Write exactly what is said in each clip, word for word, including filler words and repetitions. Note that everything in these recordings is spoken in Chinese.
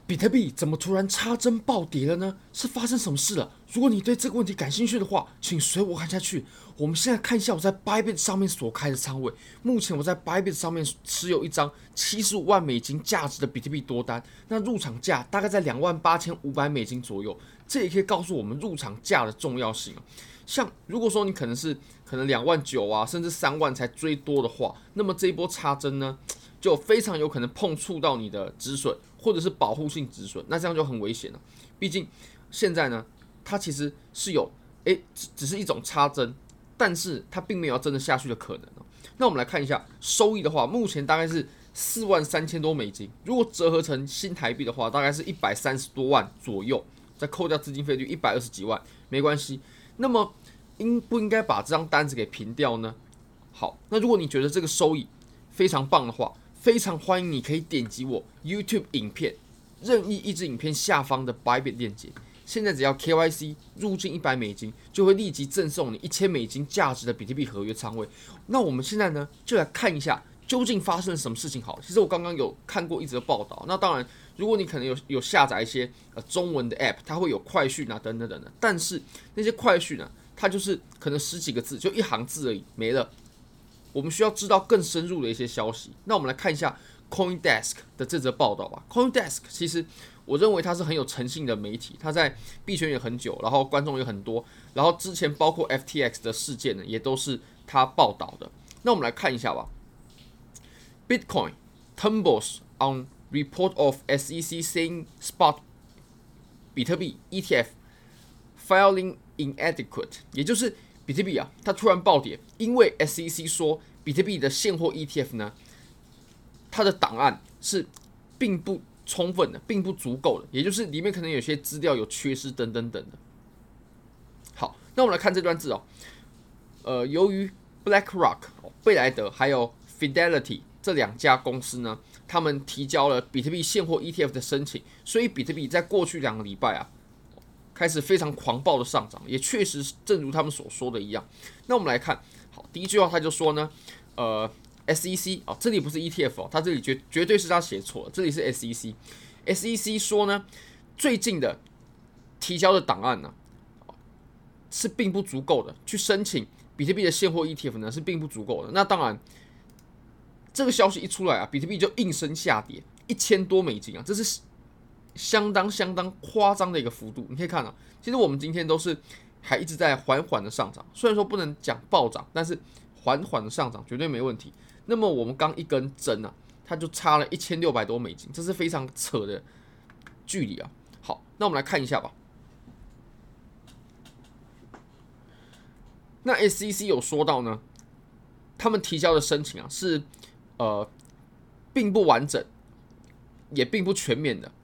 比特币怎么突然插针暴跌了呢？是发生什么事了？如果你对这个问题感兴趣的话，请随我看下去。我们现在看一下我在 Bybit 上面所开的仓位。目前我在 Bybit 上面持有一张七十五万美金价值的比特币多单，那入场价大概在两万八千五百美金左右。这也可以告诉我们入场价的重要性。像如果说你可能是可能两万九啊，甚至三万才追多的话，那么这一波插针呢，就非常有可能碰触到你的止损，或者是保护性止损，那这样就很危险了。毕竟现在呢，它其实是有诶，只只是一种插针，但是它并没有要真的下去的可能。那我们来看一下收益的话，目前大概是四万三千多美金，如果折合成新台币的话，大概是一百三十多万左右，再扣掉资金费率一百二十几万，没关系。那么应不应该把这张单子给平掉呢？好，那如果你觉得这个收益非常棒的话，非常欢迎你可以点击我 YouTube 影片任意一支影片下方的 Bybit 链接。现在只要 K Y C 入金一百美金，就会立即赠送你一千美金价值的比特币合约仓位。那我们现在呢，就来看一下究竟发生了什么事情。好，其实我刚刚有看过一则报道。那当然，如果你可能有有下载一些呃中文的 App， 它会有快讯啊等等等等。但是那些快讯呢，它就是可能十几个字，就一行字而已，没了。我们需要知道更深入的一些消息。那我们来看一下 CoinDesk 的这则报道吧。CoinDesk 其实我认为它是很有诚信的媒体，它在币圈也很久，然后观众也很多，然后之前包括 F T X 的事件呢，也都是它报道的。那我们来看一下吧。Bitcoin tumbles on report of S E C saying spot 比特币 E T F filing inadequate， 也就是比特币啊，它突然暴跌，因为 S E C 说比特币的现货 E T F 呢，它的档案是并不充分的，并不足够的，也就是里面可能有些资料有缺失等等等的。好，那我们来看这段字哦。呃，由于 BlackRock 贝莱德还有 Fidelity 这两家公司呢，他们提交了比特币现货 E T F 的申请，所以比特币在过去两个礼拜啊，开始非常狂暴的上涨，也确实正如他们所说的一样。那我们来看，好，第一句话他就说呢，呃 ，S E C 哦，这里不是 E T F 哦，他这里绝绝对是他写错了，这里是 S E C。S E C 说呢，最近的提交的档案呢、啊、是并不足够的，去申请比特币的现货 E T F 呢是并不足够的。那当然，这个消息一出来啊，比特币就应声下跌一千多美金啊，这是相当相当夸张的一个幅度。你可以看到、啊，其实我们今天都是还一直在缓缓的上涨，虽然说不能讲暴涨，但是缓缓的上涨绝对没问题。那么我们刚一根针啊，它就差了一千六百多美金，这是非常扯的距离啊。好，那我们来看一下吧。那 S E C 有说到呢，他们提交的申请啊是呃并不完整，也并不全面的。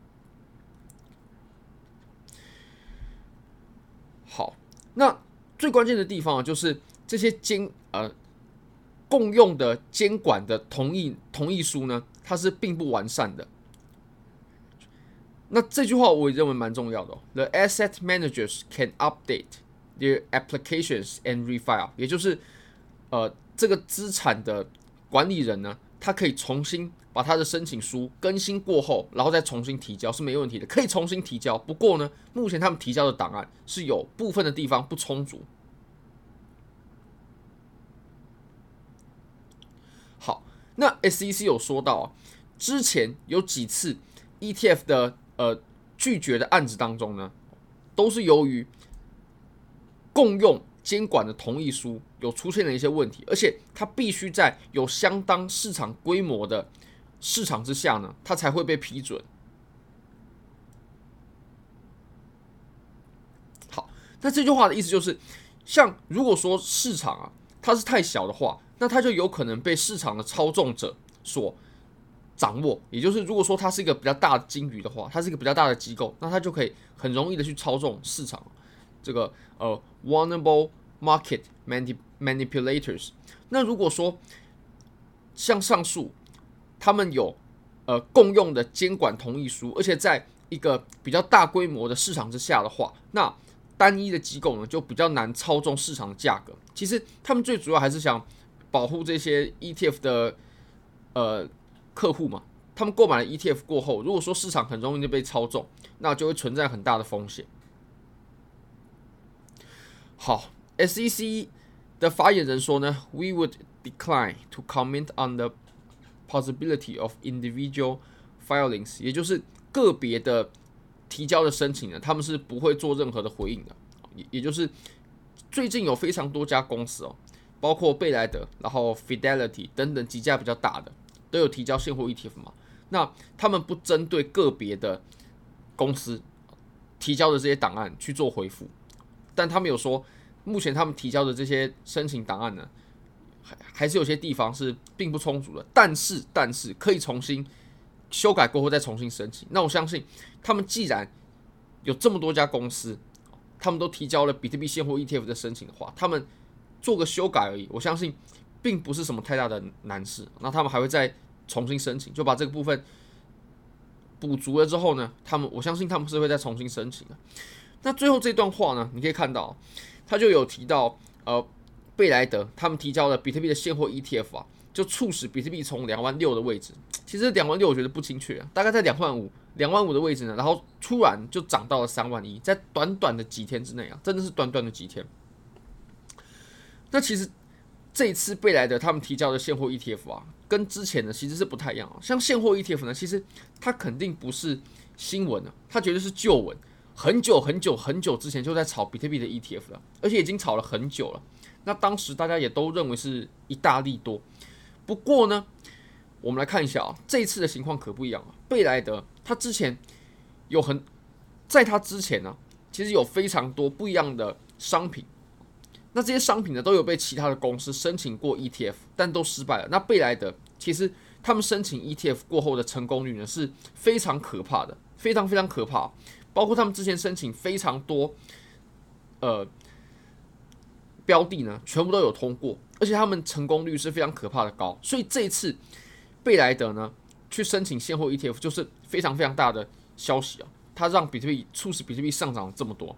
好，那最关键的地方啊，就是这些监呃共用的监管的同意同意书呢，它是并不完善的。那这句话我也认为蛮重要的、哦。The asset managers can update their applications and refile， 也就是呃这个资产的管理人呢，他可以重新把他的申请书更新过后，然后再重新提交是没问题的，可以重新提交。不过呢，目前他们提交的档案是有部分的地方不充足。好，那 S E C 有说到啊，之前有几次 E T F 的呃拒绝的案子当中呢，都是由于共用监管的同意书有出现了一些问题，而且它必须在有相当市场规模的市场之下呢，它才会被批准。好，那这句话的意思就是，像如果说市场啊它是太小的话，那它就有可能被市场的操纵者所掌握。也就是如果说它是一个比较大的鲸鱼的话，它是一个比较大的机构，那它就可以很容易的去操纵市场。这个呃 vulnerable market manipulators。那如果说像上述，他们有呃共用的监管同意书，而且在一个比较大规模的市场之下的话，那单一的机构呢就比较难操纵市场的价格。其实他们最主要还是想保护这些 E T F 的呃客户嘛， 他们购买了 E T F 过后，如果说市场很容易就被操纵，那就会存在很大的风险。好 ，S E C 的发言人说呢 ，We would decline to comment on the possibility of individual filings， 也就是个别的提交的申请呢，他们是不会做任何的回应的。也也就是最近有非常多家公司哦，包括贝莱德、然后 Fidelity 等等几家比较大的，都有提交现货 E T F 嘛。那他们不针对个别的公司提交的这些档案去做回复，但他们有说，目前他们提交的这些申请档案呢，还还是有些地方是并不充足的，但是但是可以重新修改过后再重新申请。那我相信，他们既然有这么多家公司，他们都提交了比特币现货 E T F 的申请的话，他们做个修改而已，我相信并不是什么太大的难事。那他们还会再重新申请，就把这个部分补足了之后呢，他们我相信他们是会再重新申请的。那最后这段话呢，你可以看到，他就有提到，呃，贝莱德他们提交了比特币的现货 E T F 啊，就促使比特币从两万六的位置，其实两万六我觉得不精确啊，大概在两万五、两万五的位置呢，然后突然就涨到了三万一，在短短的几天之内啊，真的是短短的几天。那其实这一次贝莱德他们提交的现货 E T F 啊，跟之前的其实是不太一样啊。像现货 E T F 呢，其实它肯定不是新闻啊，它绝对是旧闻，很久很久很久之前就在炒比特币的 E T F 了，而且已经炒了很久了。那当时大家也都认为是一大利多。不过呢，我们来看一下啊，这一次的情况可不一样啊。贝莱德他之前有很，在他之前呢、啊，其实有非常多不一样的商品。那这些商品呢，都有被其他的公司申请过 E T F， 但都失败了。那贝莱德其实他们申请 E T F 过后的成功率呢，是非常可怕的，非常非常可怕。包括他们之前申请非常多，呃，标的呢，全部都有通过，而且他们成功率是非常可怕的高。所以这一次贝莱德呢去申请现货 E T F， 就是非常非常大的消息啊，它让比特币促使比特币上涨这么多。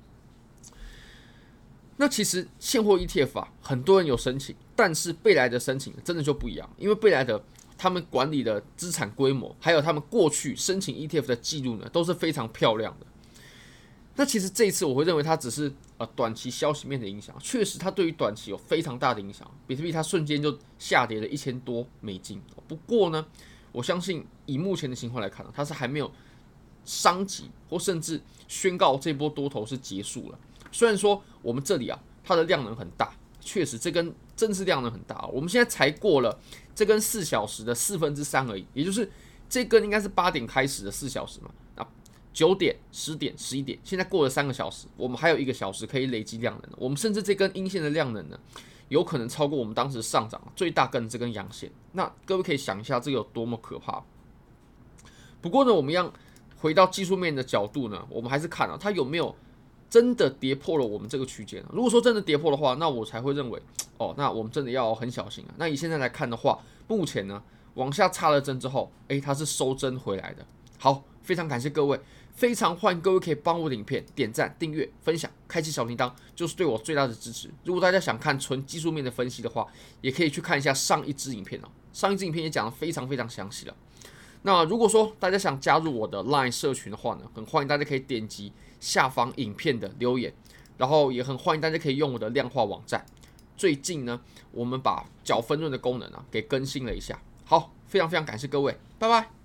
那其实现货 E T F 啊，很多人有申请，但是贝莱德申请真的就不一样，因为贝莱德他们管理的资产规模，还有他们过去申请 E T F 的记录呢，都是非常漂亮的。那其实这一次我会认为它只是呃短期消息面的影响，确实它对于短期有非常大的影响，比特币它瞬间就下跌了一千多美金。不过呢，我相信以目前的情况来看，它是还没有伤及或甚至宣告这波多头是结束了。虽然说我们这里啊，它的量能很大，确实这根真是量能很大。我们现在才过了这根四小时的四分之三而已，也就是这根应该是八点开始的四小时嘛，啊，九点、十点、十一点，现在过了三个小时，我们还有一个小时可以累积量能。我们甚至这根阴线的量能呢，有可能超过我们当时上涨最大根这根阳线。那各位可以想一下，这个有多么可怕。不过呢，我们要回到技术面的角度呢，我们还是看啊，它有没有真的跌破了我们这个区间。如果说真的跌破的话，那我才会认为，哦，那我们真的要很小心啊。那以现在来看的话，目前呢往下插了针之后，诶，它是收针回来的。好，非常感谢各位，非常欢迎各位可以帮我的影片点赞、订阅、分享、开启小铃铛，就是对我最大的支持。如果大家想看纯技术面的分析的话，也可以去看一下上一支影片哦，上一支影片也讲得非常非常详细了。那如果说大家想加入我的 Line 社群的话呢，很欢迎大家可以点击下方影片的留言，然后也很欢迎大家可以用我的量化网站。最近呢，我们把缴分润的功能啊给更新了一下。好，非常非常感谢各位，拜拜。